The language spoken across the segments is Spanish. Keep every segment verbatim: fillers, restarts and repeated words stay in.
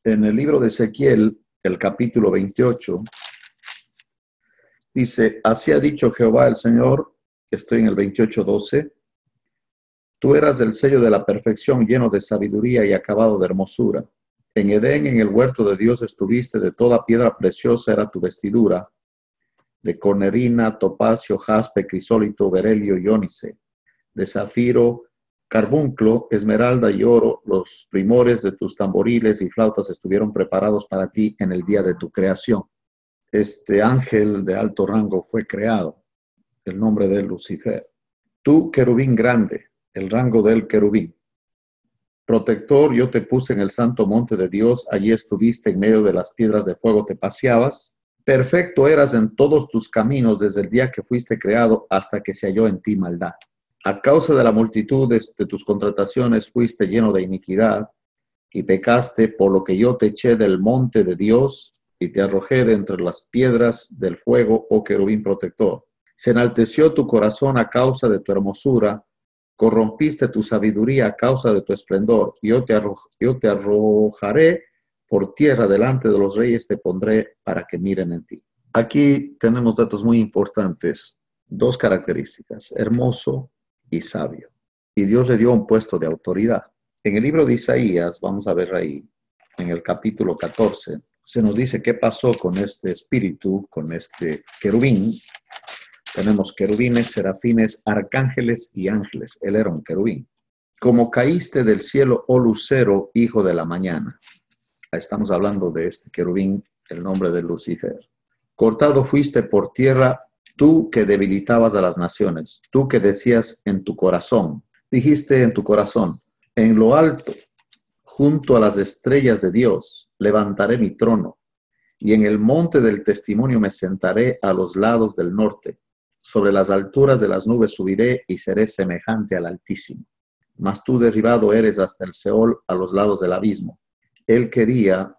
En el libro de Ezequiel, el capítulo veintiocho, dice, así ha dicho Jehová el Señor, estoy en el veintiocho, doce, tú eras el sello de la perfección, lleno de sabiduría y acabado de hermosura. En Edén, en el huerto de Dios estuviste, de toda piedra preciosa era tu vestidura, de cornerina, topacio, jaspe, crisólito, berelio y ónice, de zafiro, carbunclo, esmeralda y oro. Los primores de tus tamboriles y flautas estuvieron preparados para ti en el día de tu creación. Este ángel de alto rango fue creado, el nombre de él Lucifer. Tú, querubín grande, el rango del querubín. Protector, yo te puse en el santo monte de Dios, allí estuviste en medio de las piedras de fuego, te paseabas. Perfecto eras en todos tus caminos desde el día que fuiste creado hasta que se halló en ti maldad. A causa de la multitud de, de tus contrataciones fuiste lleno de iniquidad y pecaste, por lo que yo te eché del monte de Dios y te arrojé de entre las piedras del fuego, oh querubín protector. Se enalteció tu corazón a causa de tu hermosura, corrompiste tu sabiduría a causa de tu esplendor. Yo te, arroj yo te arrojaré por tierra delante de los reyes, te pondré para que miren en ti. Aquí tenemos datos muy importantes, dos características, hermoso y sabio. Y Dios le dio un puesto de autoridad. En el libro de Isaías, vamos a ver ahí, en el capítulo catorce, se nos dice qué pasó con este espíritu, con este querubín. Tenemos querubines, serafines, arcángeles y ángeles. Él era un querubín. Como caíste del cielo, oh lucero, hijo de la mañana. Estamos hablando de este querubín, el nombre de Lucifer. Cortado fuiste por tierra, tú que debilitabas a las naciones, tú que decías en tu corazón, dijiste en tu corazón, en lo alto, junto a las estrellas de Dios, levantaré mi trono, y en el monte del testimonio me sentaré a los lados del norte. Sobre las alturas de las nubes subiré y seré semejante al Altísimo. Mas tú derribado eres hasta el Seol, a los lados del abismo. Él quería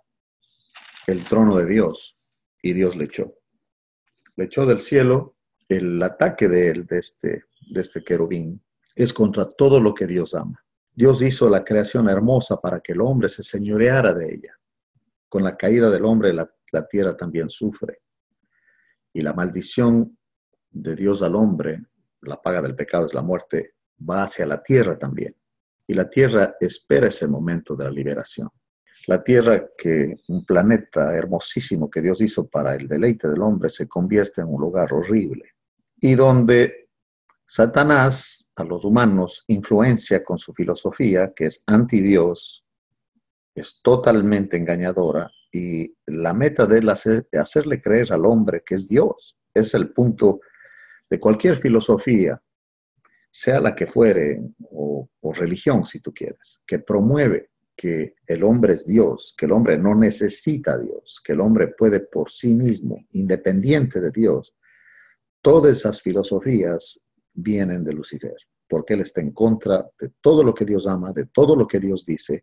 el trono de Dios y Dios le echó. Le echó del cielo. El ataque de él, de este, de este querubín, es contra todo lo que Dios ama. Dios hizo la creación hermosa para que el hombre se señoreara de ella. Con la caída del hombre, la, la tierra también sufre. Y la maldición de Dios al hombre, la paga del pecado es la muerte, va hacia la tierra también. Y la tierra espera ese momento de la liberación. La tierra, que un planeta hermosísimo que Dios hizo para el deleite del hombre, se convierte en un lugar horrible. Y donde Satanás a los humanos influencia con su filosofía, que es anti-Dios, es totalmente engañadora, y la meta de él es hacerle creer al hombre que es Dios. Es el punto de cualquier filosofía, sea la que fuere, o, o religión si tú quieres, que promueve que el hombre es Dios, que el hombre no necesita a Dios, que el hombre puede por sí mismo, independiente de Dios. Todas esas filosofías vienen de Lucifer, porque él está en contra de todo lo que Dios ama, de todo lo que Dios dice,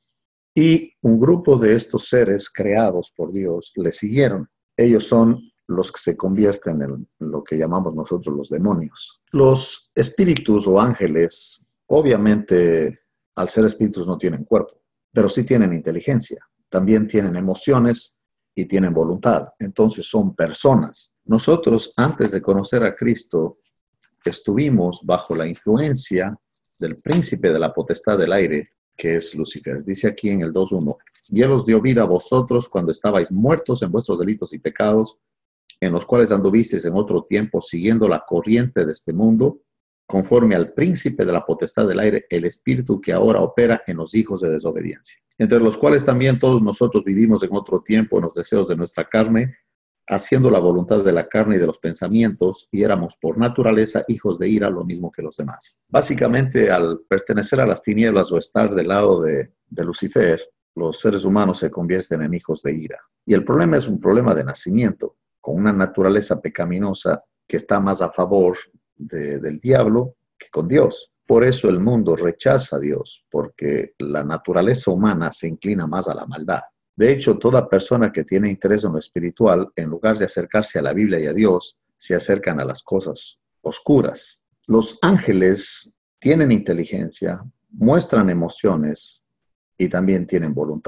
y un grupo de estos seres creados por Dios le siguieron. Ellos son los que se convierten en lo que llamamos nosotros los demonios. Los espíritus o ángeles, obviamente, al ser espíritus no tienen cuerpo, pero sí tienen inteligencia, también tienen emociones y tienen voluntad. Entonces son personas. Nosotros, antes de conocer a Cristo, estuvimos bajo la influencia del príncipe de la potestad del aire, que es Lucifer. Dice aquí en el dos uno, y él os dio vida a vosotros cuando estabais muertos en vuestros delitos y pecados, en los cuales anduvisteis en otro tiempo, siguiendo la corriente de este mundo, conforme al príncipe de la potestad del aire, el espíritu que ahora opera en los hijos de desobediencia, entre los cuales también todos nosotros vivimos en otro tiempo en los deseos de nuestra carne, haciendo la voluntad de la carne y de los pensamientos, y éramos por naturaleza hijos de ira, lo mismo que los demás. Básicamente, al pertenecer a las tinieblas o estar del lado de, de Lucifer, los seres humanos se convierten en hijos de ira. Y el problema es un problema de nacimiento, con una naturaleza pecaminosa que está más a favor de, del diablo que con Dios. Por eso el mundo rechaza a Dios, porque la naturaleza humana se inclina más a la maldad. De hecho, toda persona que tiene interés en lo espiritual, en lugar de acercarse a la Biblia y a Dios, se acercan a las cosas oscuras. Los ángeles tienen inteligencia, muestran emociones y también tienen voluntad.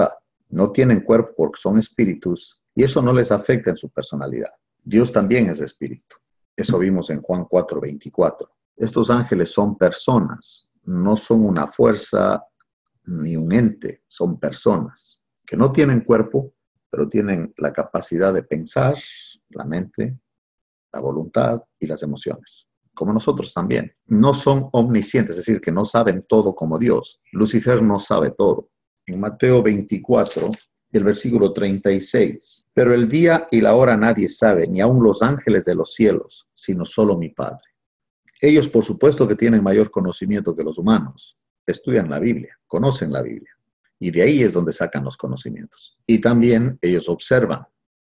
No tienen cuerpo porque son espíritus y eso no les afecta en su personalidad. Dios también es espíritu. Eso vimos en Juan cuatro veinticuatro. Estos ángeles son personas, no son una fuerza ni un ente, son personas que no tienen cuerpo, pero tienen la capacidad de pensar, la mente, la voluntad y las emociones, como nosotros también. No son omniscientes, es decir, que no saben todo como Dios. Lucifer no sabe todo. En Mateo veinticuatro, el versículo treinta y seis, pero el día y la hora nadie sabe, ni aun los ángeles de los cielos, sino solo mi Padre. Ellos, por supuesto, que tienen mayor conocimiento que los humanos. Estudian la Biblia, conocen la Biblia. Y de ahí es donde sacan los conocimientos. Y también ellos observan.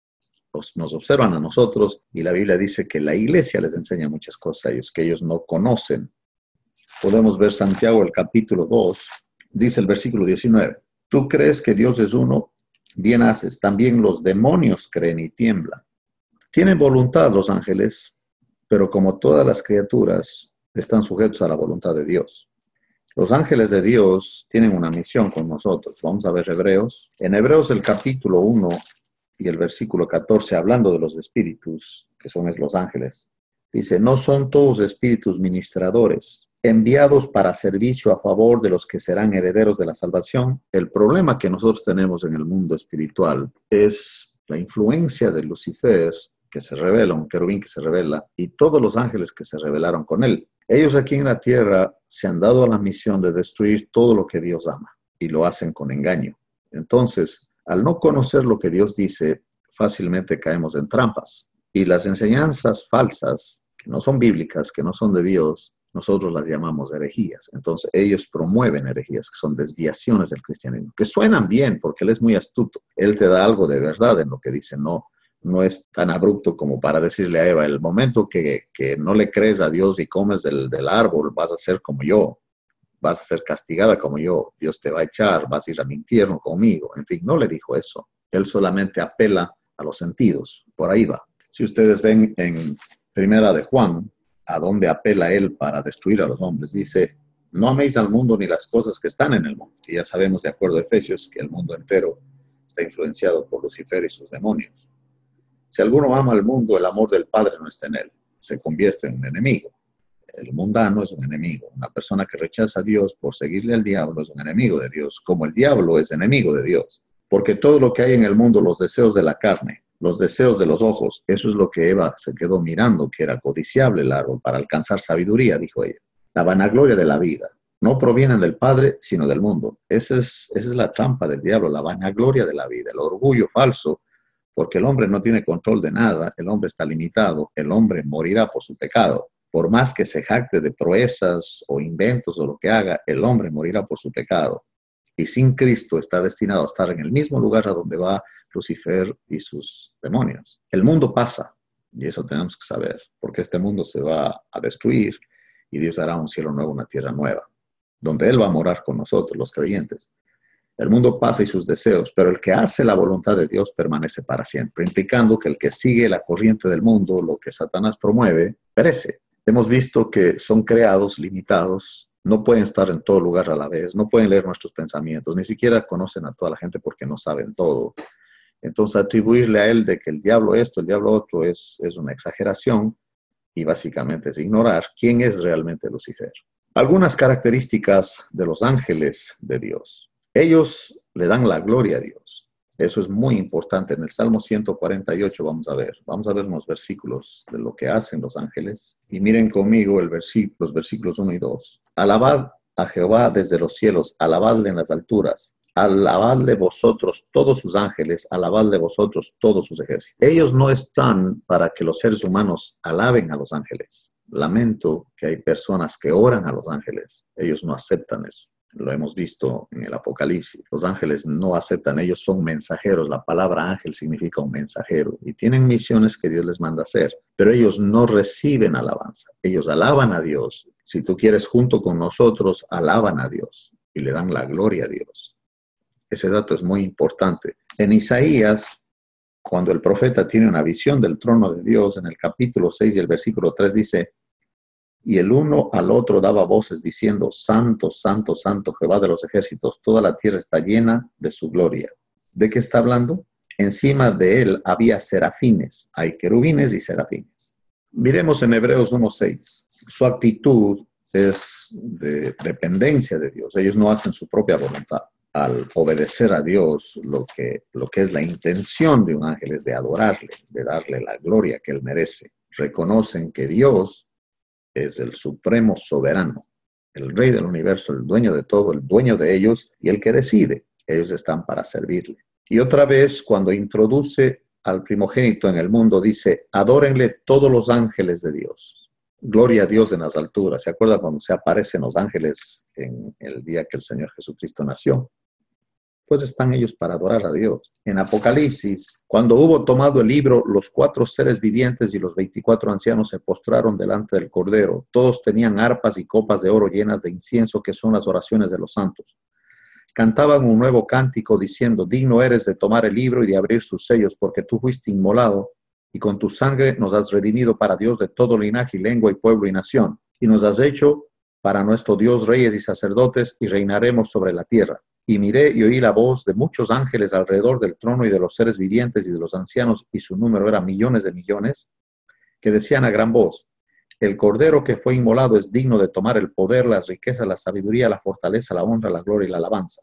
Nos observan a nosotros y la Biblia dice que la iglesia les enseña muchas cosas a ellos que ellos no conocen. Podemos ver Santiago, el capítulo dos, dice el versículo diecinueve. Tú crees que Dios es uno, bien haces. También los demonios creen y tiemblan. Tienen voluntad los ángeles, pero como todas las criaturas, están sujetos a la voluntad de Dios. Los ángeles de Dios tienen una misión con nosotros. Vamos a ver Hebreos. En Hebreos el capítulo uno y el versículo catorce, hablando de los espíritus, que son los ángeles, dice, no son todos espíritus ministradores, enviados para servicio a favor de los que serán herederos de la salvación. El problema que nosotros tenemos en el mundo espiritual es la influencia de Lucifer, que se revela, un querubín que se revela, y todos los ángeles que se rebelaron con él. Ellos aquí en la tierra se han dado a la misión de destruir todo lo que Dios ama, y lo hacen con engaño. Entonces, al no conocer lo que Dios dice, fácilmente caemos en trampas. Y las enseñanzas falsas, que no son bíblicas, que no son de Dios, nosotros las llamamos herejías. Entonces, ellos promueven herejías, que son desviaciones del cristianismo, que suenan bien, porque Él es muy astuto. Él te da algo de verdad en lo que dice, no. No es tan abrupto como para decirle a Eva, el momento que, que no le crees a Dios y comes del, del árbol, vas a ser como yo, vas a ser castigada como yo, Dios te va a echar, vas a ir al infierno conmigo. En fin, no le dijo eso. Él solamente apela a los sentidos, por ahí va. Si ustedes ven en Primera de Juan, a dónde apela él para destruir a los hombres, dice, no améis al mundo ni las cosas que están en el mundo. Y ya sabemos, de acuerdo a Efesios, que el mundo entero está influenciado por Lucifer y sus demonios. Si alguno ama al mundo, el amor del Padre no está en él. Se convierte en un enemigo. El mundano es un enemigo. Una persona que rechaza a Dios por seguirle al diablo es un enemigo de Dios, como el diablo es enemigo de Dios. Porque todo lo que hay en el mundo, los deseos de la carne, los deseos de los ojos, eso es lo que Eva se quedó mirando, que era codiciable el árbol para alcanzar sabiduría, dijo ella. La vanagloria de la vida no provienen del Padre, sino del mundo. Esa es, esa es la trampa del diablo, la vanagloria de la vida, el orgullo falso. Porque el hombre no tiene control de nada, el hombre está limitado, el hombre morirá por su pecado. Por más que se jacte de proezas o inventos o lo que haga, el hombre morirá por su pecado. Y sin Cristo está destinado a estar en el mismo lugar a donde va Lucifer y sus demonios. El mundo pasa, y eso tenemos que saber, porque este mundo se va a destruir y Dios hará un cielo nuevo, una tierra nueva, donde Él va a morar con nosotros, los creyentes. El mundo pasa y sus deseos, pero el que hace la voluntad de Dios permanece para siempre, implicando que el que sigue la corriente del mundo, lo que Satanás promueve, perece. Hemos visto que son creados, limitados, no pueden estar en todo lugar a la vez, no pueden leer nuestros pensamientos, ni siquiera conocen a toda la gente porque no saben todo. Entonces, atribuirle a él de que el diablo esto, el diablo otro, es, es una exageración y básicamente es ignorar quién es realmente Lucifer. Algunas características de los ángeles de Dios. Ellos le dan la gloria a Dios. Eso es muy importante. En el Salmo ciento cuarenta y ocho vamos a ver. Vamos a ver unos versículos de lo que hacen los ángeles. Y miren conmigo el versículo, los versículos uno y dos. Alabad a Jehová desde los cielos, alabadle en las alturas. Alabadle vosotros todos sus ángeles, alabadle vosotros todos sus ejércitos. Ellos no están para que los seres humanos alaben a los ángeles. Lamento que hay personas que oran a los ángeles. Ellos no aceptan eso. Lo hemos visto en el Apocalipsis. Los ángeles no aceptan, ellos son mensajeros. La palabra ángel significa un mensajero y tienen misiones que Dios les manda hacer, pero ellos no reciben alabanza. Ellos alaban a Dios. Si tú quieres, junto con nosotros, alaban a Dios y le dan la gloria a Dios. Ese dato es muy importante. En Isaías, cuando el profeta tiene una visión del trono de Dios, en el capítulo seis y el versículo tres dice, y el uno al otro daba voces diciendo, Santo, Santo, Santo, Jehová de los ejércitos, toda la tierra está llena de su gloria. ¿De qué está hablando? Encima de él había serafines, hay querubines y serafines. Miremos en Hebreos uno seis. Su actitud es de dependencia de Dios. Ellos no hacen su propia voluntad. Al obedecer a Dios, lo que, lo que es la intención de un ángel es de adorarle, de darle la gloria que él merece. Reconocen que Dios es el supremo soberano, el rey del universo, el dueño de todo, el dueño de ellos y el que decide. Ellos están para servirle. Y otra vez, cuando introduce al primogénito en el mundo, dice, adórenle todos los ángeles de Dios. Gloria a Dios en las alturas. ¿Se acuerda cuando se aparecen los ángeles en el día que el Señor Jesucristo nació? Pues están ellos para adorar a Dios. En Apocalipsis, cuando hubo tomado el libro, los cuatro seres vivientes y los veinticuatro ancianos se postraron delante del Cordero. Todos tenían arpas y copas de oro llenas de incienso, que son las oraciones de los santos. Cantaban un nuevo cántico diciendo, digno eres de tomar el libro y de abrir sus sellos, porque tú fuiste inmolado y con tu sangre nos has redimido para Dios de todo linaje y lengua y pueblo y nación. Y nos has hecho para nuestro Dios reyes y sacerdotes y reinaremos sobre la tierra. Y miré y oí la voz de muchos ángeles alrededor del trono y de los seres vivientes y de los ancianos, y su número era millones de millones, que decían a gran voz, el Cordero que fue inmolado es digno de tomar el poder, las riquezas, la sabiduría, la fortaleza, la honra, la gloria y la alabanza.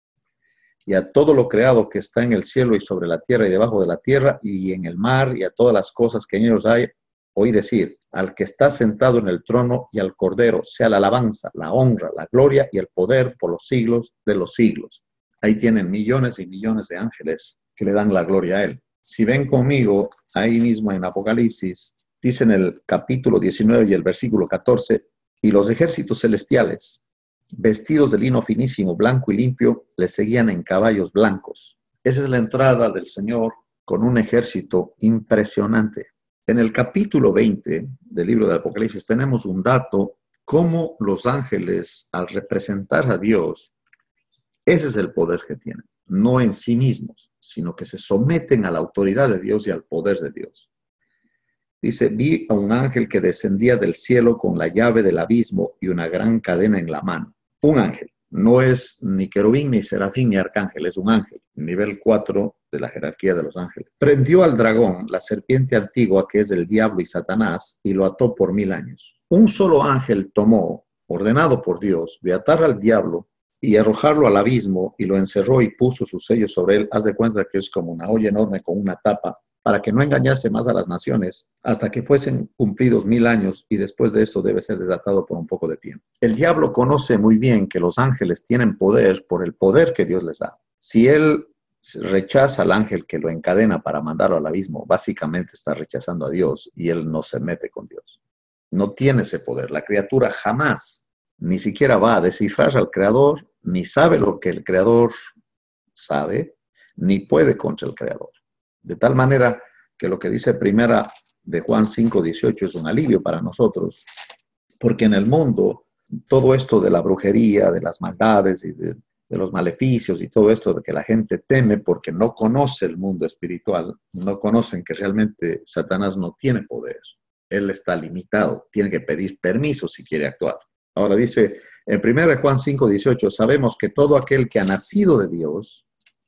Y a todo lo creado que está en el cielo y sobre la tierra y debajo de la tierra y en el mar y a todas las cosas que en ellos hay, oí decir, al que está sentado en el trono y al Cordero, sea la alabanza, la honra, la gloria y el poder por los siglos de los siglos. Ahí tienen millones y millones de ángeles que le dan la gloria a él. Si ven conmigo, ahí mismo en Apocalipsis, dice en el capítulo diecinueve y el versículo catorce, y los ejércitos celestiales, vestidos de lino finísimo, blanco y limpio, le seguían en caballos blancos. Esa es la entrada del Señor con un ejército impresionante. En el capítulo veinte del libro de Apocalipsis tenemos un dato, cómo los ángeles, al representar a Dios, ese es el poder que tienen, no en sí mismos, sino que se someten a la autoridad de Dios y al poder de Dios. Dice, vi a un ángel que descendía del cielo con la llave del abismo y una gran cadena en la mano. Un ángel, no es ni querubín, ni serafín, ni arcángel, es un ángel, nivel cuatro de la jerarquía de los ángeles. Prendió al dragón, la serpiente antigua que es el diablo y Satanás, y lo ató por mil años. Un solo ángel tomó, ordenado por Dios, de atar al diablo y arrojarlo al abismo, y lo encerró y puso su sello sobre él. Haz de cuenta que es como una olla enorme con una tapa, para que no engañase más a las naciones, hasta que fuesen cumplidos mil años, y después de esto debe ser desatado por un poco de tiempo. El diablo conoce muy bien que los ángeles tienen poder por el poder que Dios les da. Si él rechaza al ángel que lo encadena para mandarlo al abismo, básicamente está rechazando a Dios, y él no se mete con Dios. No tiene ese poder. La criatura jamás, ni siquiera va a descifrar al Creador, ni sabe lo que el Creador sabe, ni puede contra el Creador. De tal manera que lo que dice primera de Juan cinco dieciocho es un alivio para nosotros, porque en el mundo todo esto de la brujería, de las maldades y de, de los maleficios y todo esto de que la gente teme porque no conoce el mundo espiritual, no conocen que realmente Satanás no tiene poder, él está limitado, tiene que pedir permiso si quiere actuar. Ahora dice en primera de Juan cinco dieciocho, sabemos que todo aquel que ha nacido de Dios,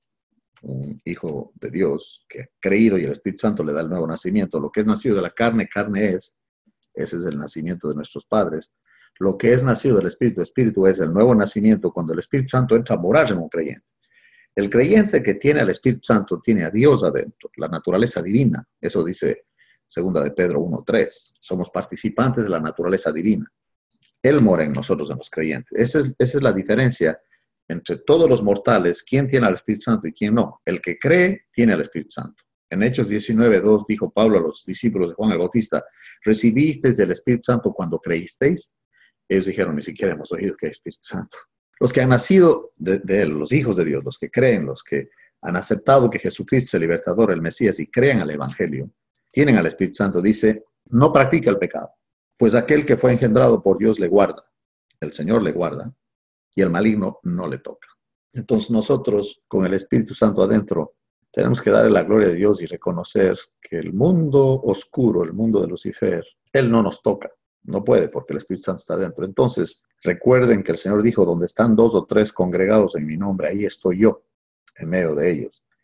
un hijo de Dios que ha creído y el Espíritu Santo le da el nuevo nacimiento. Lo que es nacido de la carne, carne es. Ese es el nacimiento de nuestros padres. Lo que es nacido del Espíritu, Espíritu es el nuevo nacimiento cuando el Espíritu Santo entra a morar en un creyente. El creyente que tiene al Espíritu Santo tiene a Dios adentro, la naturaleza divina. Eso dice segunda de Pedro uno tres. Somos participantes de la naturaleza divina. Él mora en nosotros, en los creyentes. Esa es, esa es la diferencia entre todos los mortales, quién tiene al Espíritu Santo y quién no. El que cree tiene al Espíritu Santo. En Hechos diecinueve dos dijo Pablo a los discípulos de Juan el Bautista, ¿recibisteis del Espíritu Santo cuando creísteis? Ellos dijeron, ni siquiera hemos oído que hay Espíritu Santo. Los que han nacido de, de él, los hijos de Dios, los que creen, los que han aceptado que Jesucristo es el libertador, el Mesías, y creen al Evangelio, tienen al Espíritu Santo. Dice, no practica el pecado, pues aquel que fue engendrado por Dios le guarda. El Señor le guarda. Y el maligno no le toca. Entonces nosotros, con el Espíritu Santo adentro, tenemos que darle la gloria de Dios y reconocer que el mundo oscuro, el mundo de Lucifer, él no nos toca. No puede porque el Espíritu Santo está adentro. Entonces, recuerden que el Señor dijo, donde están dos o tres congregados en mi nombre, ahí estoy yo, en medio de ellos.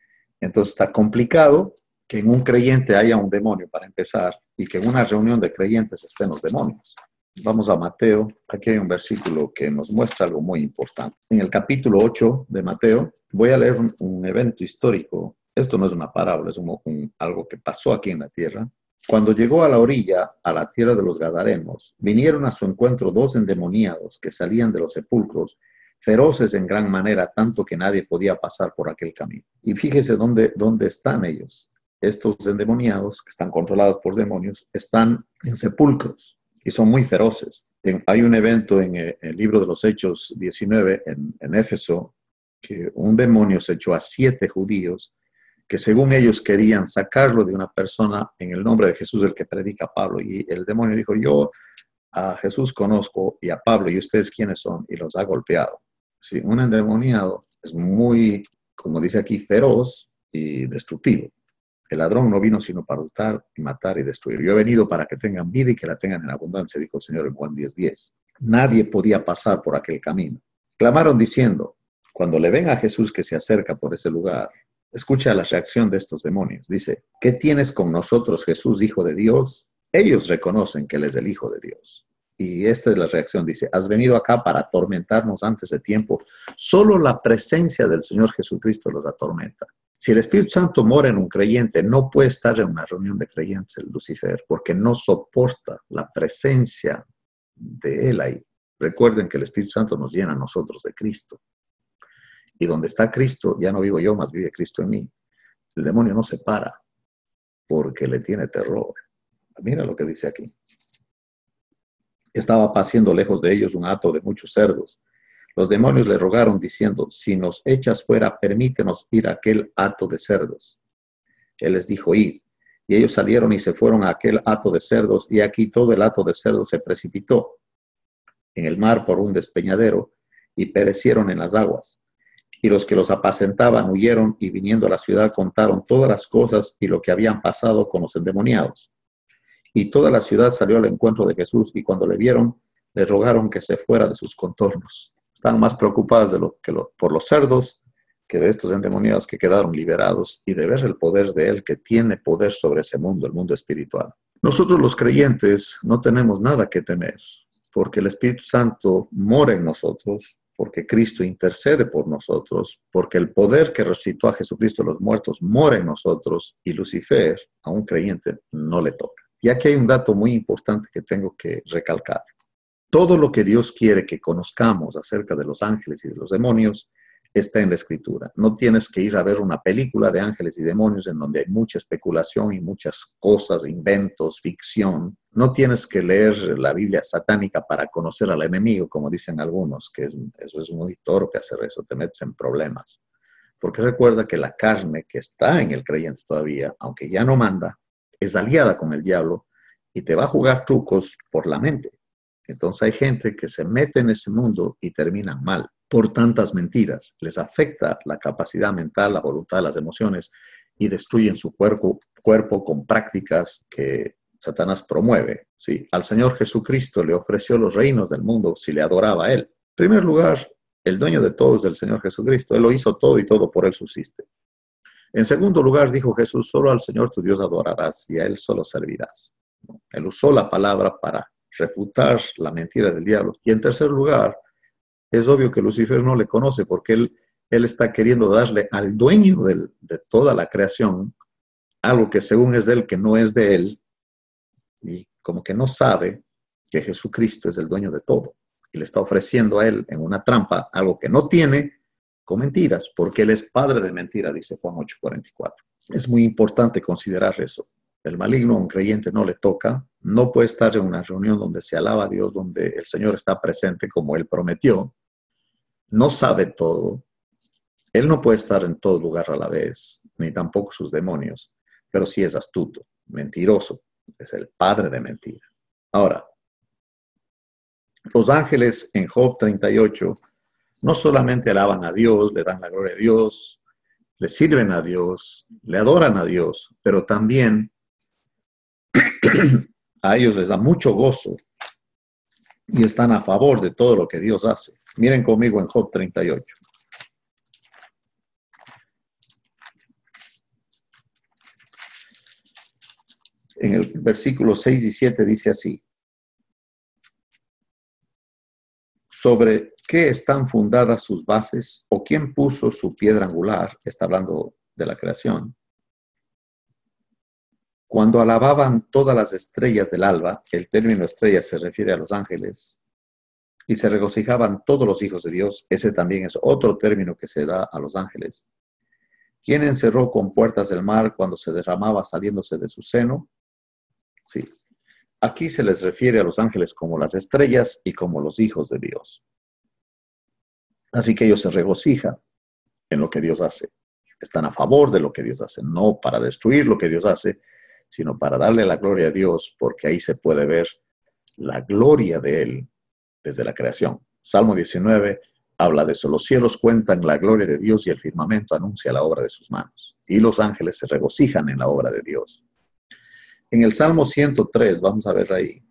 Entonces está complicado que en un creyente haya un demonio para empezar y que en una reunión de creyentes estén los demonios. Vamos a Mateo. Aquí hay un versículo que nos muestra algo muy importante. En el capítulo ocho de Mateo, voy a leer un, un evento histórico. Esto no es una parábola, es un, un, algo que pasó aquí en la tierra. Cuando llegó a la orilla, a la tierra de los Gadarenos, vinieron a su encuentro dos endemoniados que salían de los sepulcros, feroces en gran manera, tanto que nadie podía pasar por aquel camino. Y fíjese dónde, dónde están ellos. Estos endemoniados, que están controlados por demonios, están en sepulcros y son muy feroces. Hay un evento en el libro de los Hechos diecinueve, en, en Éfeso, que un demonio se echó a siete judíos que según ellos querían sacarlo de una persona en el nombre de Jesús, el que predica Pablo. Y el demonio dijo, yo a Jesús conozco y a Pablo, ¿y ustedes quiénes son? Y los ha golpeado. Sí, un endemoniado es muy, como dice aquí, feroz y destructivo. El ladrón no vino sino para hurtar y matar y destruir. Yo he venido para que tengan vida y que la tengan en abundancia, dijo el Señor en Juan diez diez. Nadie podía pasar por aquel camino. Clamaron diciendo, cuando le ven a Jesús que se acerca por ese lugar, escucha la reacción de estos demonios. Dice, ¿qué tienes con nosotros, Jesús, Hijo de Dios? Ellos reconocen que Él es el Hijo de Dios. Y esta es la reacción. Dice, has venido acá para atormentarnos antes de tiempo. Solo la presencia del Señor Jesucristo los atormenta. Si el Espíritu Santo mora en un creyente, no puede estar en una reunión de creyentes, el Lucifer, porque no soporta la presencia de Él ahí. Recuerden que el Espíritu Santo nos llena a nosotros de Cristo. Y donde está Cristo, ya no vivo yo, más vive Cristo en mí. El demonio no se para porque le tiene terror. Mira lo que dice aquí. Estaba paciendo lejos de ellos un hato de muchos cerdos. Los demonios le rogaron diciendo, si nos echas fuera, permítenos ir a aquel hato de cerdos. Él les dijo, id. Y ellos salieron y se fueron a aquel hato de cerdos, y aquí todo el hato de cerdos se precipitó en el mar por un despeñadero, y perecieron en las aguas. Y los que los apacentaban huyeron, y viniendo a la ciudad contaron todas las cosas y lo que habían pasado con los endemoniados. Y toda la ciudad salió al encuentro de Jesús, y cuando le vieron, le rogaron que se fuera de sus contornos. Están más preocupados de lo, que lo, por los cerdos que de estos endemoniados que quedaron liberados y de ver el poder de Él que tiene poder sobre ese mundo, el mundo espiritual. Nosotros los creyentes no tenemos nada que temer porque el Espíritu Santo mora en nosotros, porque Cristo intercede por nosotros, porque el poder que resucitó a Jesucristo de los muertos mora en nosotros y Lucifer a un creyente no le toca. Y aquí hay un dato muy importante que tengo que recalcar. Todo lo que Dios quiere que conozcamos acerca de los ángeles y de los demonios está en la Escritura. No tienes que ir a ver una película de ángeles y demonios en donde hay mucha especulación y muchas cosas, inventos, ficción. No tienes que leer la Biblia satánica para conocer al enemigo, como dicen algunos, que es, eso es muy torpe hacer eso, te metes en problemas. Porque recuerda que la carne que está en el creyente todavía, aunque ya no manda, es aliada con el diablo y te va a jugar trucos por la mente. Entonces hay gente que se mete en ese mundo y termina mal por tantas mentiras. Les afecta la capacidad mental, la voluntad, las emociones y destruyen su cuerpo, cuerpo con prácticas que Satanás promueve. ¿Sí? Al Señor Jesucristo le ofreció los reinos del mundo si le adoraba a Él. En primer lugar, el dueño de todo es el Señor Jesucristo. Él lo hizo todo y todo por Él subsiste. En segundo lugar, dijo Jesús, solo al Señor tu Dios adorarás y a Él solo servirás. Él usó la palabra para refutar la mentira del diablo. Y en tercer lugar, es obvio que Lucifer no le conoce porque él, él está queriendo darle al dueño del, de toda la creación algo que según es de él, que no es de él, y como que no sabe que Jesucristo es el dueño de todo. Y le está ofreciendo a él en una trampa algo que no tiene con mentiras, porque él es padre de mentira, dice Juan ocho cuarenta y cuatro. Es muy importante considerar eso. El maligno a un creyente no le toca, no puede estar en una reunión donde se alaba a Dios, donde el Señor está presente como Él prometió, no sabe todo, Él no puede estar en todo lugar a la vez, ni tampoco sus demonios, pero sí es astuto, mentiroso, es el padre de mentira. Ahora, los ángeles en Job treinta y ocho no solamente alaban a Dios, le dan la gloria a Dios, le sirven a Dios, le adoran a Dios, pero también a ellos les da mucho gozo y están a favor de todo lo que Dios hace. Miren conmigo en Job treinta y ocho. En el versículo seis y siete dice así: ¿sobre qué están fundadas sus bases? ¿O quién puso su piedra angular? Está hablando de la creación. Cuando alababan todas las estrellas del alba, el término estrella se refiere a los ángeles, y se regocijaban todos los hijos de Dios, ese también es otro término que se da a los ángeles. ¿Quién encerró con puertas del mar cuando se derramaba saliéndose de su seno? Sí. Aquí se les refiere a los ángeles como las estrellas y como los hijos de Dios. Así que ellos se regocijan en lo que Dios hace. Están a favor de lo que Dios hace, no para destruir lo que Dios hace, sino para darle la gloria a Dios, porque ahí se puede ver la gloria de Él desde la creación. Salmo diecinueve habla de eso. Los cielos cuentan la gloria de Dios y el firmamento anuncia la obra de sus manos. Y los ángeles se regocijan en la obra de Dios. En el Salmo ciento tres, vamos a ver ahí,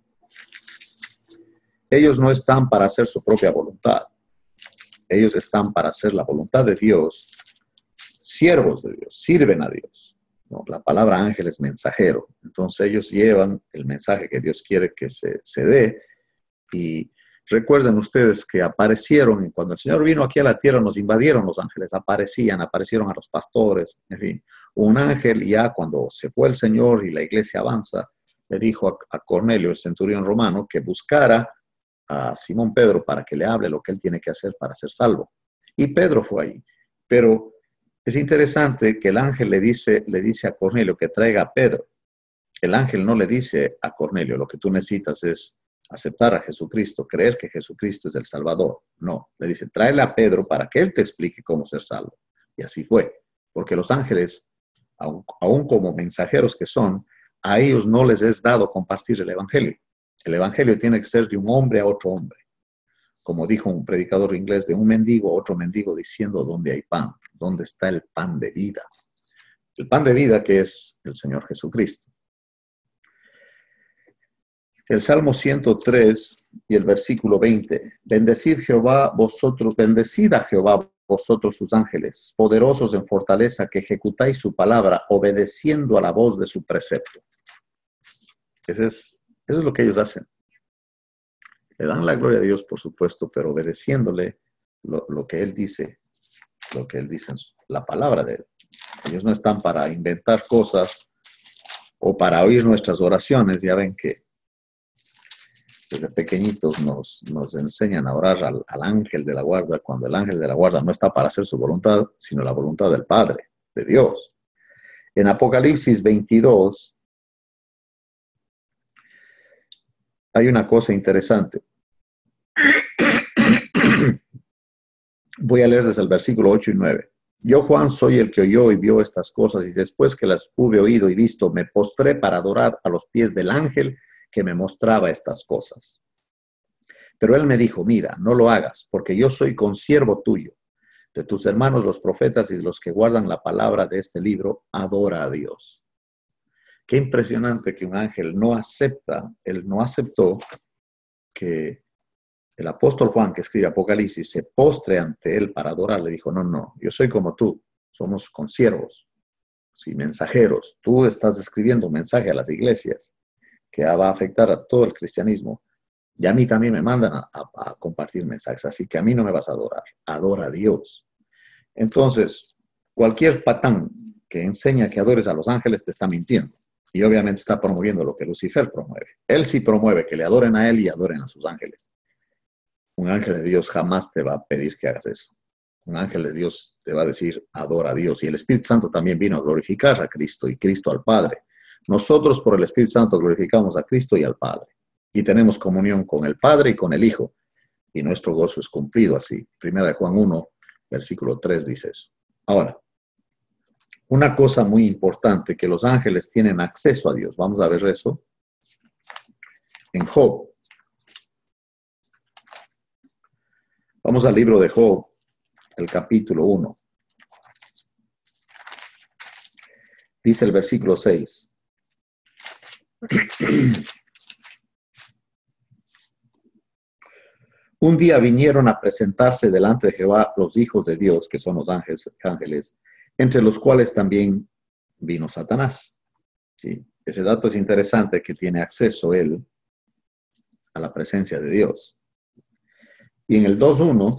ellos no están para hacer su propia voluntad. Ellos están para hacer la voluntad de Dios, siervos de Dios, sirven a Dios. No, la palabra ángel es mensajero. Entonces ellos llevan el mensaje que Dios quiere que se, se dé. Y recuerden ustedes que aparecieron, cuando el Señor vino aquí a la tierra, nos invadieron los ángeles, aparecían, aparecieron a los pastores, en fin. Un ángel ya cuando se fue el Señor y la iglesia avanza, le dijo a, a Cornelio, el centurión romano, que buscara a Simón Pedro para que le hable lo que él tiene que hacer para ser salvo. Y Pedro fue ahí. Pero es interesante que el ángel le dice, le dice a Cornelio que traiga a Pedro. El ángel no le dice a Cornelio, lo que tú necesitas es aceptar a Jesucristo, creer que Jesucristo es el Salvador. No, le dice, tráele a Pedro para que él te explique cómo ser salvo. Y así fue. Porque los ángeles, aun, aun como mensajeros que son, a ellos no les es dado compartir el evangelio. El evangelio tiene que ser de un hombre a otro hombre. Como dijo un predicador inglés, de un mendigo a otro mendigo diciendo dónde hay pan, dónde está el pan de vida. El pan de vida que es el Señor Jesucristo. El Salmo ciento tres y el versículo veinte. Bendecid Jehová vosotros, bendecid a Jehová vosotros sus ángeles, poderosos en fortaleza, que ejecutáis su palabra, obedeciendo a la voz de su precepto. Ese es, eso es lo que ellos hacen. Le dan la gloria a Dios, por supuesto, pero obedeciéndole lo, lo que Él dice, lo que Él dice en la palabra de Él. Ellos no están para inventar cosas o para oír nuestras oraciones. Ya ven que desde pequeñitos nos, nos enseñan a orar al, al ángel de la guarda, cuando el ángel de la guarda no está para hacer su voluntad, sino la voluntad del Padre, de Dios. En Apocalipsis veintidós hay una cosa interesante. Voy a leer desde el versículo ocho y nueve. Yo, Juan, soy el que oyó y vio estas cosas, y después que las hube oído y visto, me postré para adorar a los pies del ángel que me mostraba estas cosas. Pero él me dijo, mira, no lo hagas, porque yo soy consiervo tuyo, de tus hermanos los profetas y de los que guardan la palabra de este libro, adora a Dios. Qué impresionante que un ángel no acepta, él no aceptó que el apóstol Juan, que escribe Apocalipsis, se postre ante él para adorar. Le dijo, no, no, yo soy como tú, somos consiervos, sí, mensajeros. Tú estás escribiendo un mensaje a las iglesias que va a afectar a todo el cristianismo. Y a mí también me mandan a, a, a compartir mensajes, así que a mí no me vas a adorar, adora a Dios. Entonces, cualquier patán que enseña que adores a los ángeles te está mintiendo. Y obviamente está promoviendo lo que Lucifer promueve. Él sí promueve que le adoren a él y adoren a sus ángeles. Un ángel de Dios jamás te va a pedir que hagas eso. Un ángel de Dios te va a decir, adora a Dios. Y el Espíritu Santo también vino a glorificar a Cristo y Cristo al Padre. Nosotros por el Espíritu Santo glorificamos a Cristo y al Padre. Y tenemos comunión con el Padre y con el Hijo. Y nuestro gozo es cumplido así. Primera de Juan uno, versículo tres dice eso. Ahora, una cosa muy importante, que los ángeles tienen acceso a Dios. Vamos a ver eso en Job. Vamos al libro de Job, el capítulo uno. Dice el versículo seis. Un día vinieron a presentarse delante de Jehová los hijos de Dios, que son los ángeles, ángeles entre los cuales también vino Satanás. ¿Sí? Ese dato es interesante, que tiene acceso él a la presencia de Dios. Y en el dos uno,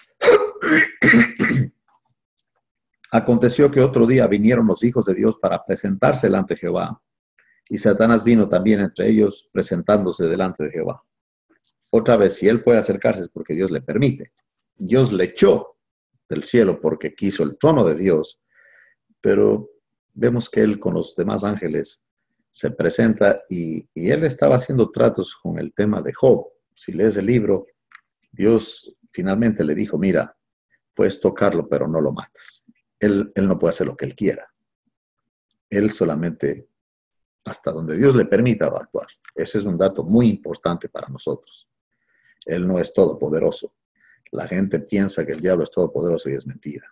aconteció que otro día vinieron los hijos de Dios para presentarse delante de Jehová, y Satanás vino también entre ellos presentándose delante de Jehová. Otra vez, si él puede acercarse es porque Dios le permite. Dios le echó del cielo porque quiso el trono de Dios, pero vemos que él con los demás ángeles se presenta y, y él estaba haciendo tratos con el tema de Job. Si lees el libro, Dios finalmente le dijo, mira, puedes tocarlo, pero no lo matas. Él, él no puede hacer lo que él quiera. Él solamente, hasta donde Dios le permita, va a actuar. Ese es un dato muy importante para nosotros. Él no es todopoderoso. La gente piensa que el diablo es todopoderoso y es mentira.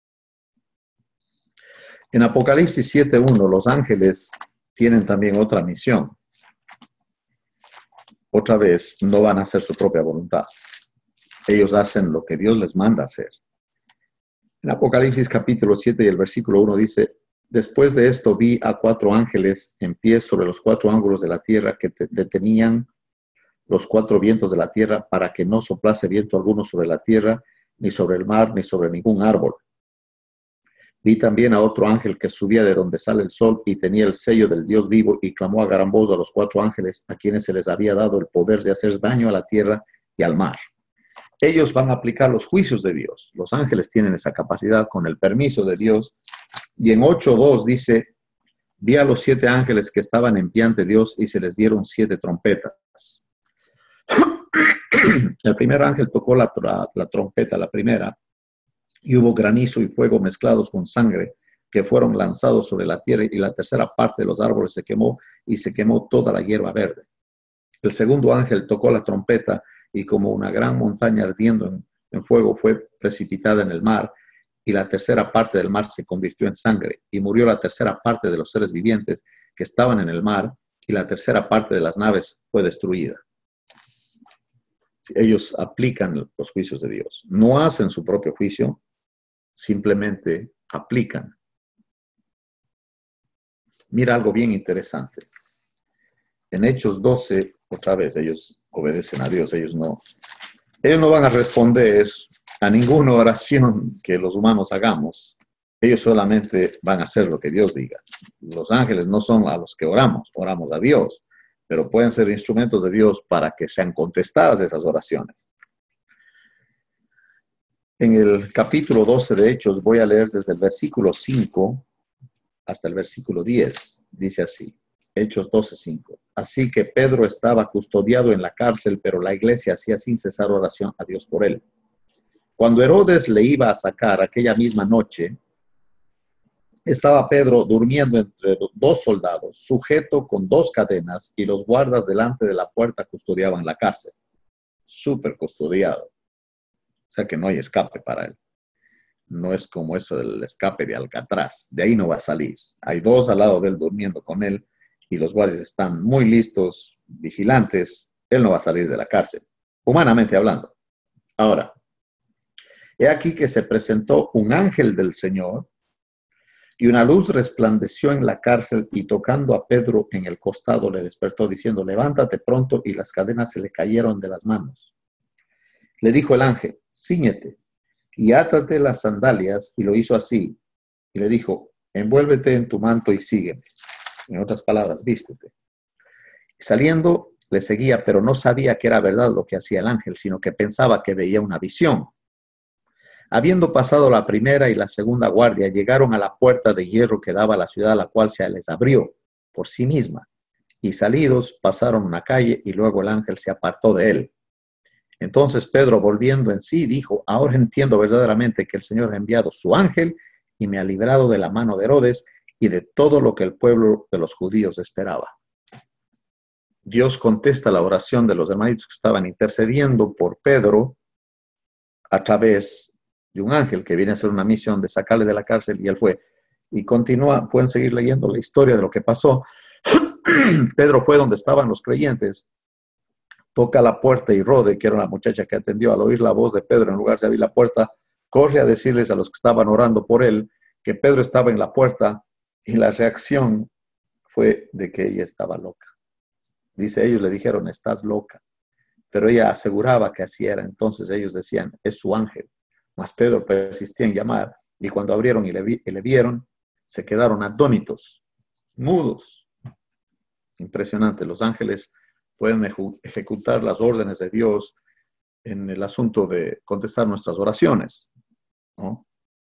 En Apocalipsis siete uno, los ángeles tienen también otra misión. Otra vez, no van a hacer su propia voluntad. Ellos hacen lo que Dios les manda hacer. En Apocalipsis capítulo siete y el versículo uno dice, después de esto vi a cuatro ángeles en pie sobre los cuatro ángulos de la tierra que detenían los cuatro vientos de la tierra para que no soplase viento alguno sobre la tierra, ni sobre el mar, ni sobre ningún árbol. Vi también a otro ángel que subía de donde sale el sol y tenía el sello del Dios vivo y clamó a gran voz a los cuatro ángeles a quienes se les había dado el poder de hacer daño a la tierra y al mar. Ellos van a aplicar los juicios de Dios. Los ángeles tienen esa capacidad con el permiso de Dios. Y en ocho dos dice, vi a los siete ángeles que estaban en pie ante Dios y se les dieron siete trompetas. El primer ángel tocó la, la trompeta, la primera, y hubo granizo y fuego mezclados con sangre que fueron lanzados sobre la tierra, y la tercera parte de los árboles se quemó y se quemó toda la hierba verde. El segundo ángel tocó la trompeta y como una gran montaña ardiendo en, en fuego fue precipitada en el mar, y la tercera parte del mar se convirtió en sangre, y murió la tercera parte de los seres vivientes que estaban en el mar, y la tercera parte de las naves fue destruida. Ellos aplican los juicios de Dios. No hacen su propio juicio, simplemente aplican. Mira algo bien interesante. En Hechos doce, otra vez, ellos obedecen a Dios. Ellos no, ellos no van a responder a ninguna oración que los humanos hagamos. Ellos solamente van a hacer lo que Dios diga. Los ángeles no son a los que oramos, oramos a Dios, pero pueden ser instrumentos de Dios para que sean contestadas esas oraciones. En el capítulo doce de Hechos voy a leer desde el versículo cinco hasta el versículo diez. Dice así, Hechos doce cinco. Así que Pedro estaba custodiado en la cárcel, pero la iglesia hacía sin cesar oración a Dios por él. Cuando Herodes le iba a sacar aquella misma noche, estaba Pedro durmiendo entre dos soldados, sujeto con dos cadenas, y los guardas delante de la puerta custodiaban la cárcel. Súper custodiado. O sea que no hay escape para él. No es como eso del escape de Alcatraz. De ahí no va a salir. Hay dos al lado de él durmiendo con él, y los guardias están muy listos, vigilantes. Él no va a salir de la cárcel, humanamente hablando. Ahora, he aquí que se presentó un ángel del Señor, y una luz resplandeció en la cárcel, y tocando a Pedro en el costado le despertó diciendo, levántate pronto, y las cadenas se le cayeron de las manos. Le dijo el ángel, cíñete y átate las sandalias, y lo hizo así. Y le dijo, envuélvete en tu manto y sígueme. En otras palabras, vístete. Y saliendo le seguía, pero no sabía que era verdad lo que hacía el ángel, sino que pensaba que veía una visión. Habiendo pasado la primera y la segunda guardia, llegaron a la puerta de hierro que daba a la ciudad, la cual se les abrió por sí misma. Y salidos, pasaron una calle, y luego el ángel se apartó de él. Entonces Pedro, volviendo en sí, dijo, ahora entiendo verdaderamente que el Señor ha enviado su ángel y me ha librado de la mano de Herodes y de todo lo que el pueblo de los judíos esperaba. Dios contesta la oración de los hermanitos que estaban intercediendo por Pedro a través de un ángel que viene a hacer una misión de sacarle de la cárcel, y él fue. Y continúa, pueden seguir leyendo la historia de lo que pasó. Pedro fue donde estaban los creyentes, toca la puerta, y Rode, que era una muchacha que atendió, al oír la voz de Pedro, en lugar de abrir la puerta, corre a decirles a los que estaban orando por él que Pedro estaba en la puerta, y la reacción fue de que ella estaba loca. Dice, ellos le dijeron, estás loca. Pero ella aseguraba que así era. Entonces ellos decían, es su ángel. Mas Pedro persistía en llamar, y cuando abrieron y le, vi, y le vieron, se quedaron atónitos, mudos. Impresionante. Los ángeles pueden ejecutar las órdenes de Dios en el asunto de contestar nuestras oraciones, ¿no?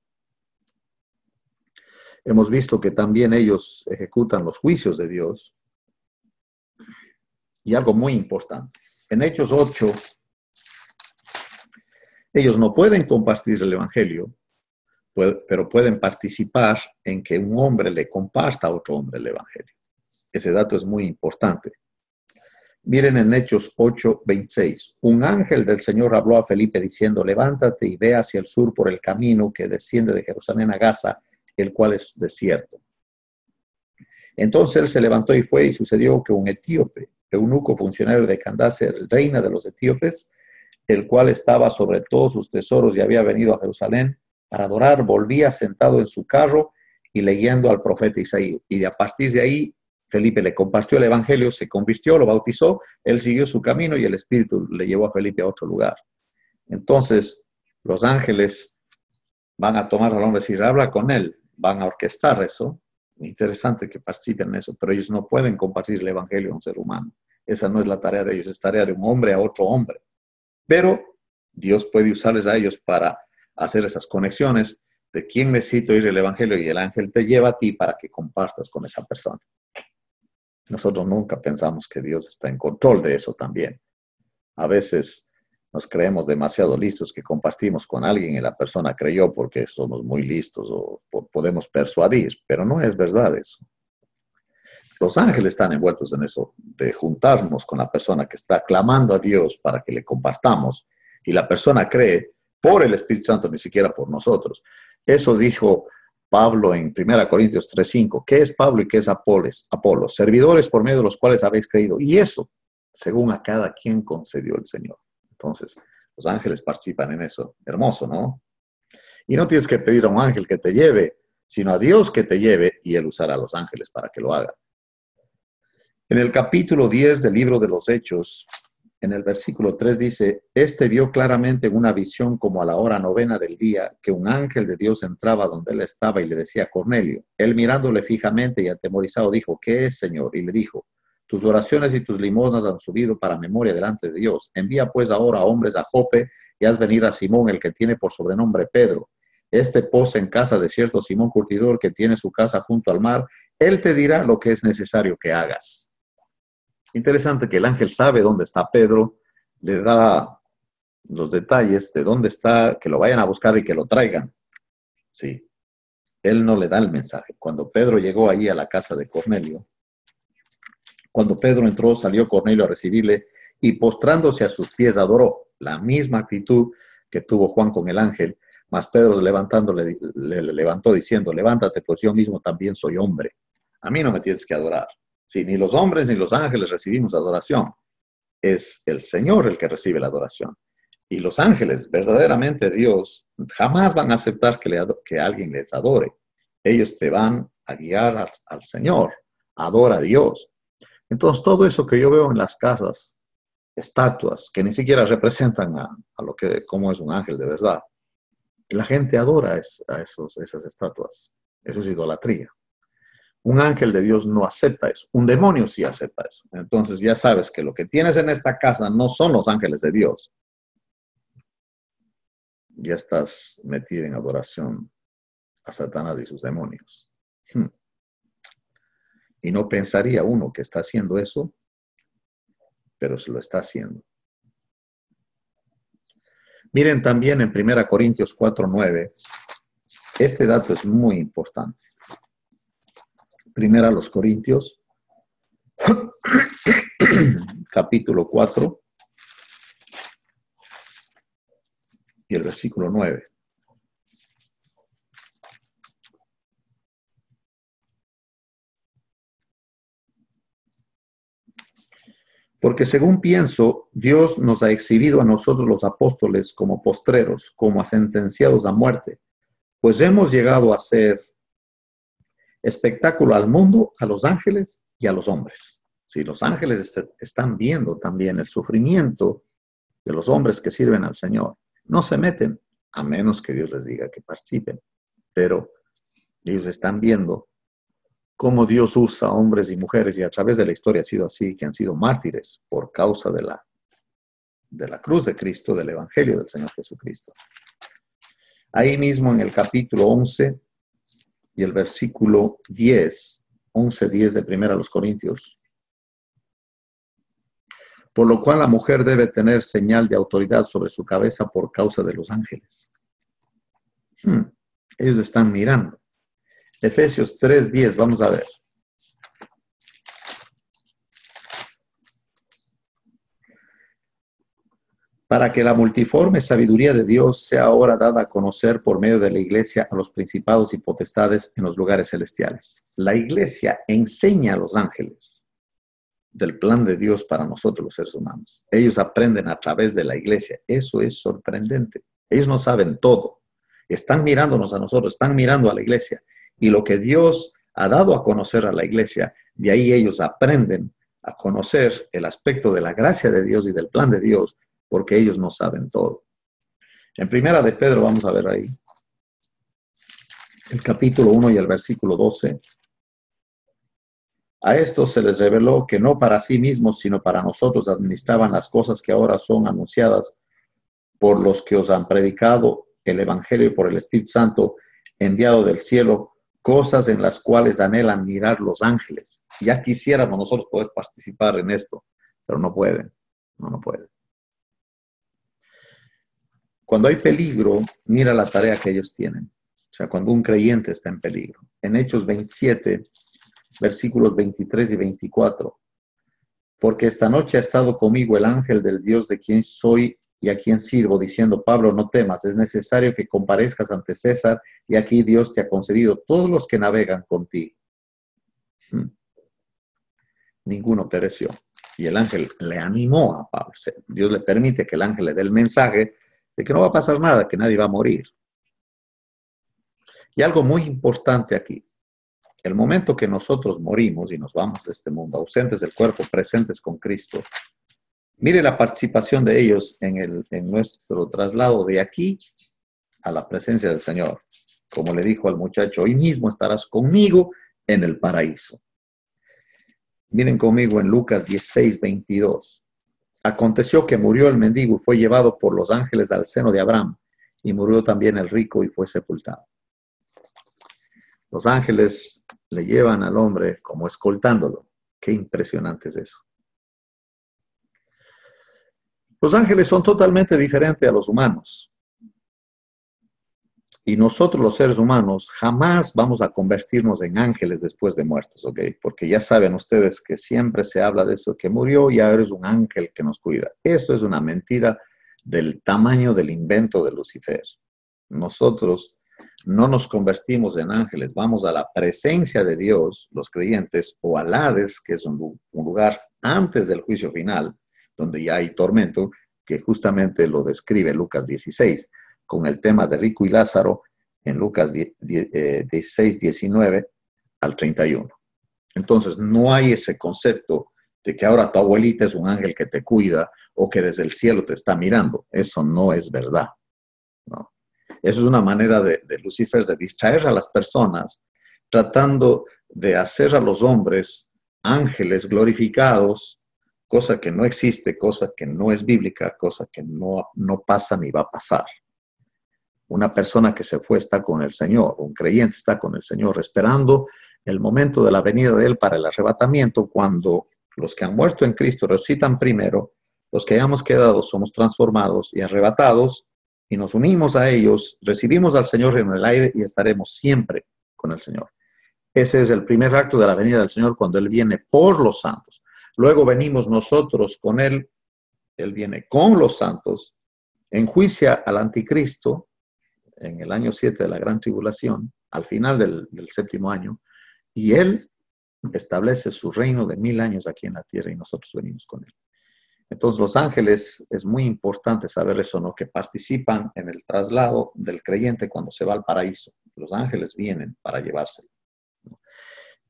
Hemos visto que también ellos ejecutan los juicios de Dios. Y algo muy importante. En Hechos ocho, ellos no pueden compartir el Evangelio, pero pueden participar en que un hombre le comparta a otro hombre el Evangelio. Ese dato es muy importante. Miren en Hechos ocho, veintiséis. Un ángel del Señor habló a Felipe diciendo, levántate y ve hacia el sur por el camino que desciende de Jerusalén a Gaza, el cual es desierto. Entonces él se levantó y fue, y sucedió que un etíope, eunuco funcionario de Candace, reina de los etíopes, el cual estaba sobre todos sus tesoros y había venido a Jerusalén para adorar, volvía sentado en su carro y leyendo al profeta Isaías. Y a partir de ahí, Felipe le compartió el evangelio, se convirtió, lo bautizó, él siguió su camino y el Espíritu le llevó a Felipe a otro lugar. Entonces, los ángeles van a tomar al hombre, si habla con él, van a orquestar eso. Interesante que participen en eso, pero ellos no pueden compartir el evangelio a un ser humano. Esa no es la tarea de ellos, es tarea de un hombre a otro hombre. Pero Dios puede usarles a ellos para hacer esas conexiones de quién necesita oír el evangelio, y el ángel te lleva a ti para que compartas con esa persona. Nosotros nunca pensamos que Dios está en control de eso también. A veces nos creemos demasiado listos que compartimos con alguien y la persona creyó porque somos muy listos o podemos persuadir, pero no es verdad eso. Los ángeles están envueltos en eso, de juntarnos con la persona que está clamando a Dios para que le compartamos, y la persona cree por el Espíritu Santo, ni siquiera por nosotros. Eso dijo Pablo en primera Corintios tres cinco. ¿Qué es Pablo y qué es Apolos? Apolo, servidores por medio de los cuales habéis creído. Y eso, según a cada quien concedió el Señor. Entonces, los ángeles participan en eso. Hermoso, ¿no? Y no tienes que pedir a un ángel que te lleve, sino a Dios que te lleve, y Él usará a los ángeles para que lo haga. En el capítulo diez del libro de los Hechos, en el versículo tres dice, este vio claramente en una visión como a la hora novena del día, que un ángel de Dios entraba donde él estaba y le decía a Cornelio. Él mirándole fijamente y atemorizado dijo, ¿qué es, Señor? Y le dijo, tus oraciones y tus limosnas han subido para memoria delante de Dios. Envía pues ahora hombres a Jope y haz venir a Simón, el que tiene por sobrenombre Pedro. Este posa en casa de cierto Simón curtidor que tiene su casa junto al mar. Él te dirá lo que es necesario que hagas. Interesante que el ángel sabe dónde está Pedro, le da los detalles de dónde está, que lo vayan a buscar y que lo traigan. Sí, él no le da el mensaje. Cuando Pedro llegó allí a la casa de Cornelio, cuando Pedro entró, salió Cornelio a recibirle y postrándose a sus pies adoró. La misma actitud que tuvo Juan con el ángel, mas Pedro levantándole, le, le levantó diciendo, levántate, pues yo mismo también soy hombre. A mí no me tienes que adorar. Sí, ni los hombres ni los ángeles recibimos adoración. Es el Señor el que recibe la adoración. Y los ángeles, verdaderamente Dios, jamás van a aceptar que, le, que alguien les adore. Ellos te van a guiar al, al Señor. Adora a Dios. Entonces, todo eso que yo veo en las casas, estatuas, que ni siquiera representan a, a lo que, cómo es un ángel de verdad, la gente adora es, a esos, esas estatuas. Eso es idolatría. Un ángel de Dios no acepta eso. Un demonio sí acepta eso. Entonces ya sabes que lo que tienes en esta casa no son los ángeles de Dios. Ya estás metido en adoración a Satanás y sus demonios. Hmm. Y no pensaría uno que está haciendo eso, pero se lo está haciendo. Miren también en primera Corintios cuatro nueve. Este dato es muy importante. Primera a los Corintios, capítulo cuatro, y el versículo nueve. Porque según pienso, Dios nos ha exhibido a nosotros los apóstoles como postreros, como a sentenciados a muerte, pues hemos llegado a ser espectáculo al mundo, a los ángeles y a los hombres. Si los ángeles est están viendo también el sufrimiento de los hombres que sirven al Señor, no se meten, a menos que Dios les diga que participen, pero ellos están viendo cómo Dios usa hombres y mujeres, y a través de la historia ha sido así, que han sido mártires por causa de la, de la cruz de Cristo, del Evangelio del Señor Jesucristo. Ahí mismo en el capítulo once y el versículo diez, once, diez de Primera a los Corintios. Por lo cual la mujer debe tener señal de autoridad sobre su cabeza por causa de los ángeles. Hmm, ellos están mirando. Efesios tres, diez, vamos a ver. Para que la multiforme sabiduría de Dios sea ahora dada a conocer por medio de la iglesia a los principados y potestades en los lugares celestiales. La iglesia enseña a los ángeles del plan de Dios para nosotros los seres humanos. Ellos aprenden a través de la iglesia. Eso es sorprendente. Ellos no saben todo. Están mirándonos a nosotros, están mirando a la iglesia. Y lo que Dios ha dado a conocer a la iglesia, de ahí ellos aprenden a conocer el aspecto de la gracia de Dios y del plan de Dios, porque ellos no saben todo. En Primera de Pedro, vamos a ver ahí, el capítulo uno y el versículo doce. A estos se les reveló que no para sí mismos, sino para nosotros administraban las cosas que ahora son anunciadas por los que os han predicado el Evangelio y por el Espíritu Santo enviado del cielo, cosas en las cuales anhelan mirar los ángeles. Ya quisiéramos nosotros poder participar en esto, pero no pueden, no, no pueden. Cuando hay peligro, mira la tarea que ellos tienen. O sea, cuando un creyente está en peligro. En Hechos veintisiete, versículos veintitrés y veinticuatro. Porque esta noche ha estado conmigo el ángel del Dios de quien soy y a quien sirvo, diciendo, Pablo, no temas, es necesario que comparezcas ante César, y aquí Dios te ha concedido todos los que navegan contigo. Hmm. Ninguno pereció. Y el ángel le animó a Pablo. Dios le permite que el ángel le dé el mensaje de que no va a pasar nada, que nadie va a morir. Y algo muy importante aquí. El momento que nosotros morimos y nos vamos de este mundo, ausentes del cuerpo, presentes con Cristo, mire la participación de ellos en, el, en nuestro traslado de aquí a la presencia del Señor. Como le dijo al muchacho, hoy mismo estarás conmigo en el paraíso. Miren conmigo en Lucas dieciséis, veintidós. Aconteció que murió el mendigo y fue llevado por los ángeles al seno de Abraham, y murió también el rico y fue sepultado. Los ángeles le llevan al hombre como escoltándolo. Qué impresionante es eso. Los ángeles son totalmente diferentes a los humanos. Y nosotros los seres humanos jamás vamos a convertirnos en ángeles después de muertos, ¿ok? Porque ya saben ustedes que siempre se habla de eso, que murió y ahora es un ángel que nos cuida. Eso es una mentira del tamaño del invento de Lucifer. Nosotros no nos convertimos en ángeles, vamos a la presencia de Dios, los creyentes, o al Hades, que es un, un lugar antes del juicio final, donde ya hay tormento, que justamente lo describe Lucas dieciséis, con el tema de Rico y Lázaro en Lucas dieciséis, diecinueve al treinta y uno. Entonces, no hay ese concepto de que ahora tu abuelita es un ángel que te cuida o que desde el cielo te está mirando. Eso no es verdad, ¿no? Eso es una manera de, de Lucifer de distraer a las personas, tratando de hacer a los hombres ángeles glorificados, cosa que no existe, cosa que no es bíblica, cosa que no, no pasa ni va a pasar. Una persona que se fue está con el Señor, un creyente está con el Señor, esperando el momento de la venida de Él para el arrebatamiento, cuando los que han muerto en Cristo resucitan primero, los que hayamos quedado somos transformados y arrebatados, y nos unimos a ellos, recibimos al Señor en el aire y estaremos siempre con el Señor. Ese es el primer acto de la venida del Señor, cuando Él viene por los santos. Luego venimos nosotros con Él, Él viene con los santos, enjuicia al anticristo, en el año siete de la gran tribulación, al final del, del séptimo año, y Él establece su reino de mil años aquí en la tierra y nosotros venimos con Él. Entonces los ángeles, es muy importante saber eso, ¿no? Que participan en el traslado del creyente cuando se va al paraíso. Los ángeles vienen para llevárselo, ¿no?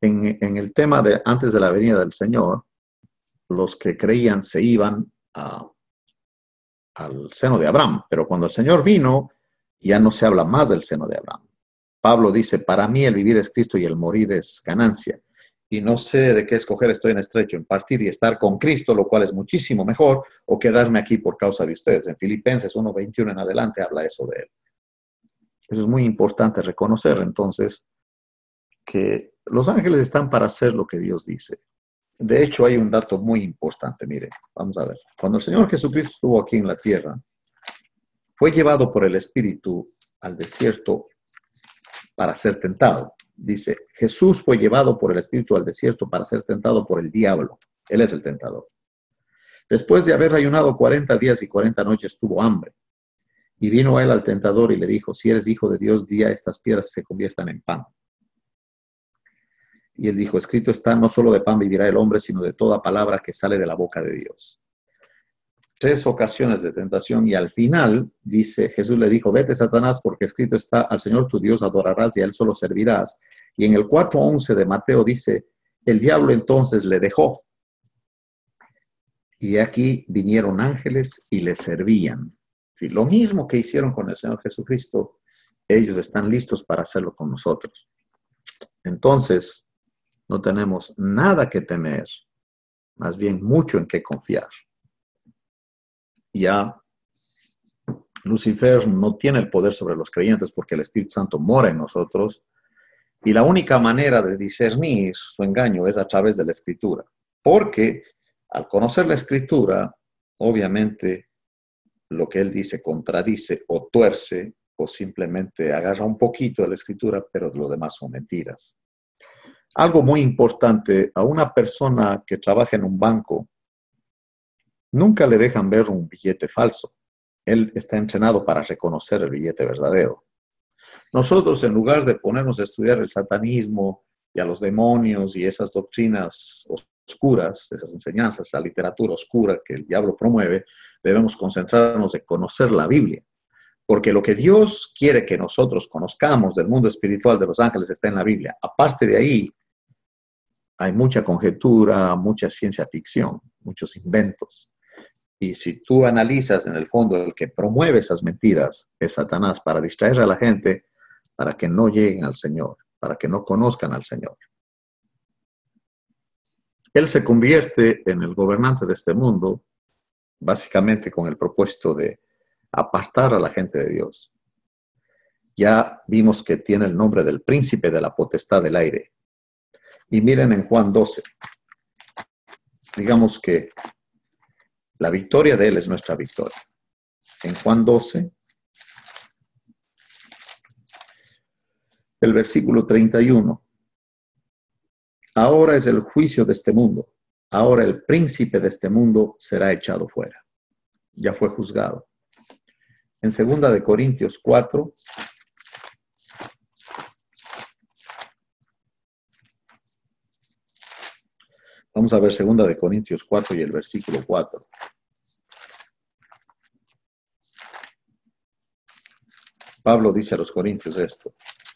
en, en el tema de antes de la venida del Señor, los que creían se iban a, al seno de Abraham, pero cuando el Señor vino, ya no se habla más del seno de Abraham. Pablo dice, para mí el vivir es Cristo y el morir es ganancia. Y no sé de qué escoger, estoy en estrecho, en partir y estar con Cristo, lo cual es muchísimo mejor, o quedarme aquí por causa de ustedes. En Filipenses uno veintiuno en adelante habla eso de él. Eso es muy importante reconocer, entonces, que los ángeles están para hacer lo que Dios dice. De hecho, hay un dato muy importante, mire, vamos a ver. Cuando el Señor Jesucristo estuvo aquí en la tierra, fue llevado por el Espíritu al desierto para ser tentado. Dice, Jesús fue llevado por el Espíritu al desierto para ser tentado por el diablo. Él es el tentador. Después de haber ayunado cuarenta días y cuarenta noches, tuvo hambre. Y vino él al tentador y le dijo, si eres hijo de Dios, di a estas piedras que se conviertan en pan. Y él dijo, escrito está, no solo de pan vivirá el hombre, sino de toda palabra que sale de la boca de Dios. Tres ocasiones de tentación y al final, dice, Jesús le dijo, vete Satanás, porque escrito está, al Señor tu Dios adorarás y a él solo servirás. Y en el cuatro once de Mateo dice, el diablo entonces le dejó. Y aquí vinieron ángeles y le servían. Sí, lo mismo que hicieron con el Señor Jesucristo, ellos están listos para hacerlo con nosotros. Entonces, no tenemos nada que temer, más bien mucho en qué confiar. Ya Lucifer no tiene el poder sobre los creyentes porque el Espíritu Santo mora en nosotros y la única manera de discernir su engaño es a través de la Escritura. Porque al conocer la Escritura, obviamente lo que él dice contradice o tuerce o simplemente agarra un poquito de la Escritura, pero lo demás son mentiras. Algo muy importante, a una persona que trabaja en un banco, nunca le dejan ver un billete falso. Él está entrenado para reconocer el billete verdadero. Nosotros, en lugar de ponernos a estudiar el satanismo y a los demonios y esas doctrinas oscuras, esas enseñanzas, esa literatura oscura que el diablo promueve, debemos concentrarnos en conocer la Biblia. Porque lo que Dios quiere que nosotros conozcamos del mundo espiritual de los ángeles está en la Biblia. Aparte de ahí, hay mucha conjetura, mucha ciencia ficción, muchos inventos. Y si tú analizas en el fondo, el que promueve esas mentiras es Satanás para distraer a la gente, para que no lleguen al Señor, para que no conozcan al Señor. Él se convierte en el gobernante de este mundo, básicamente con el propósito de apartar a la gente de Dios. Ya vimos que tiene el nombre del príncipe de la potestad del aire. Y miren en Juan doce, digamos que la victoria de él es nuestra victoria. En Juan doce, el versículo treinta y uno. Ahora es el juicio de este mundo. Ahora el príncipe de este mundo será echado fuera. Ya fue juzgado. En segunda de Corintios cuatro, vamos a ver segunda de Corintios cuatro y el versículo cuatro. Pablo dice a los corintios esto.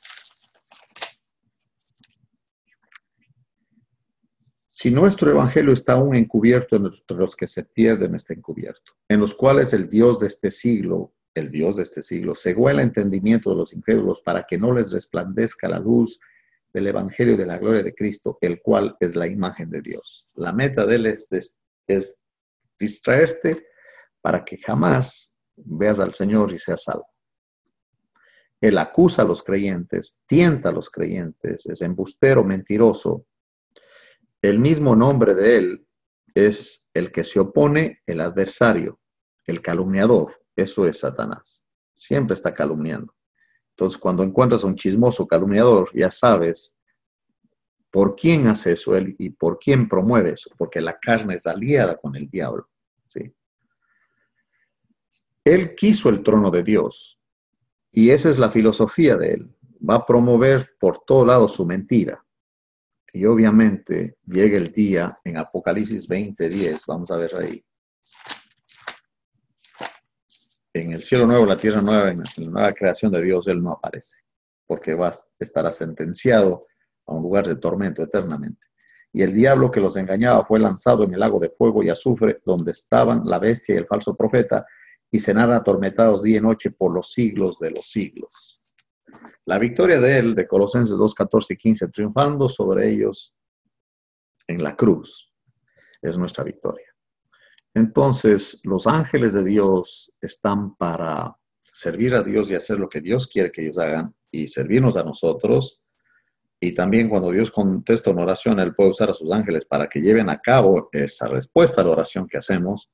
Si nuestro evangelio está aún encubierto, entre los que se pierden está encubierto, en los cuales el Dios de este siglo, el Dios de este siglo, cegó el entendimiento de los incrédulos para que no les resplandezca la luz del evangelio de la gloria de Cristo, el cual es la imagen de Dios. La meta de él es, es, es distraerte para que jamás veas al Señor y seas salvo. Él acusa a los creyentes, tienta a los creyentes, es embustero, mentiroso. El mismo nombre de él es el que se opone, el adversario, el calumniador. Eso es Satanás. Siempre está calumniando. Entonces, cuando encuentras a un chismoso calumniador, ya sabes por quién hace eso él y por quién promueve eso, porque la carne es aliada con el diablo. ¿Sí? Él quiso el trono de Dios y esa es la filosofía de él. Va a promover por todo lado su mentira. Y obviamente llega el día en Apocalipsis veinte diez, vamos a ver ahí. En el cielo nuevo, la tierra nueva, en la nueva creación de Dios, él no aparece, porque va a estar sentenciado a un lugar de tormento eternamente. Y el diablo que los engañaba fue lanzado en el lago de fuego y azufre, donde estaban la bestia y el falso profeta, y serán atormentados día y noche por los siglos de los siglos. La victoria de él, de Colosenses dos, catorce y quince, triunfando sobre ellos en la cruz, es nuestra victoria. Entonces, los ángeles de Dios están para servir a Dios y hacer lo que Dios quiere que ellos hagan y servirnos a nosotros. Y también cuando Dios contesta una oración, Él puede usar a sus ángeles para que lleven a cabo esa respuesta a la oración que hacemos.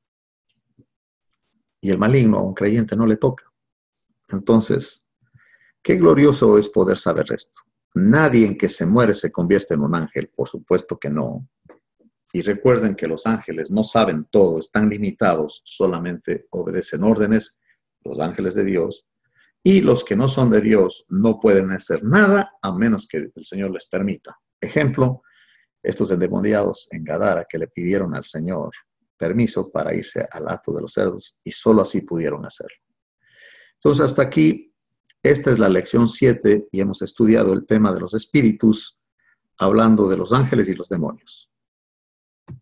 Y el maligno a un creyente no le toca. Entonces, qué glorioso es poder saber esto. Nadie en que se muere se convierte en un ángel, por supuesto que no. Y recuerden que los ángeles no saben todo, están limitados, solamente obedecen órdenes, los ángeles de Dios. Y los que no son de Dios no pueden hacer nada a menos que el Señor les permita. Ejemplo, estos endemoniados en Gadara que le pidieron al Señor permiso para irse al hato de los cerdos y solo así pudieron hacerlo. Entonces hasta aquí, esta es la lección siete y hemos estudiado el tema de los espíritus, hablando de los ángeles y los demonios.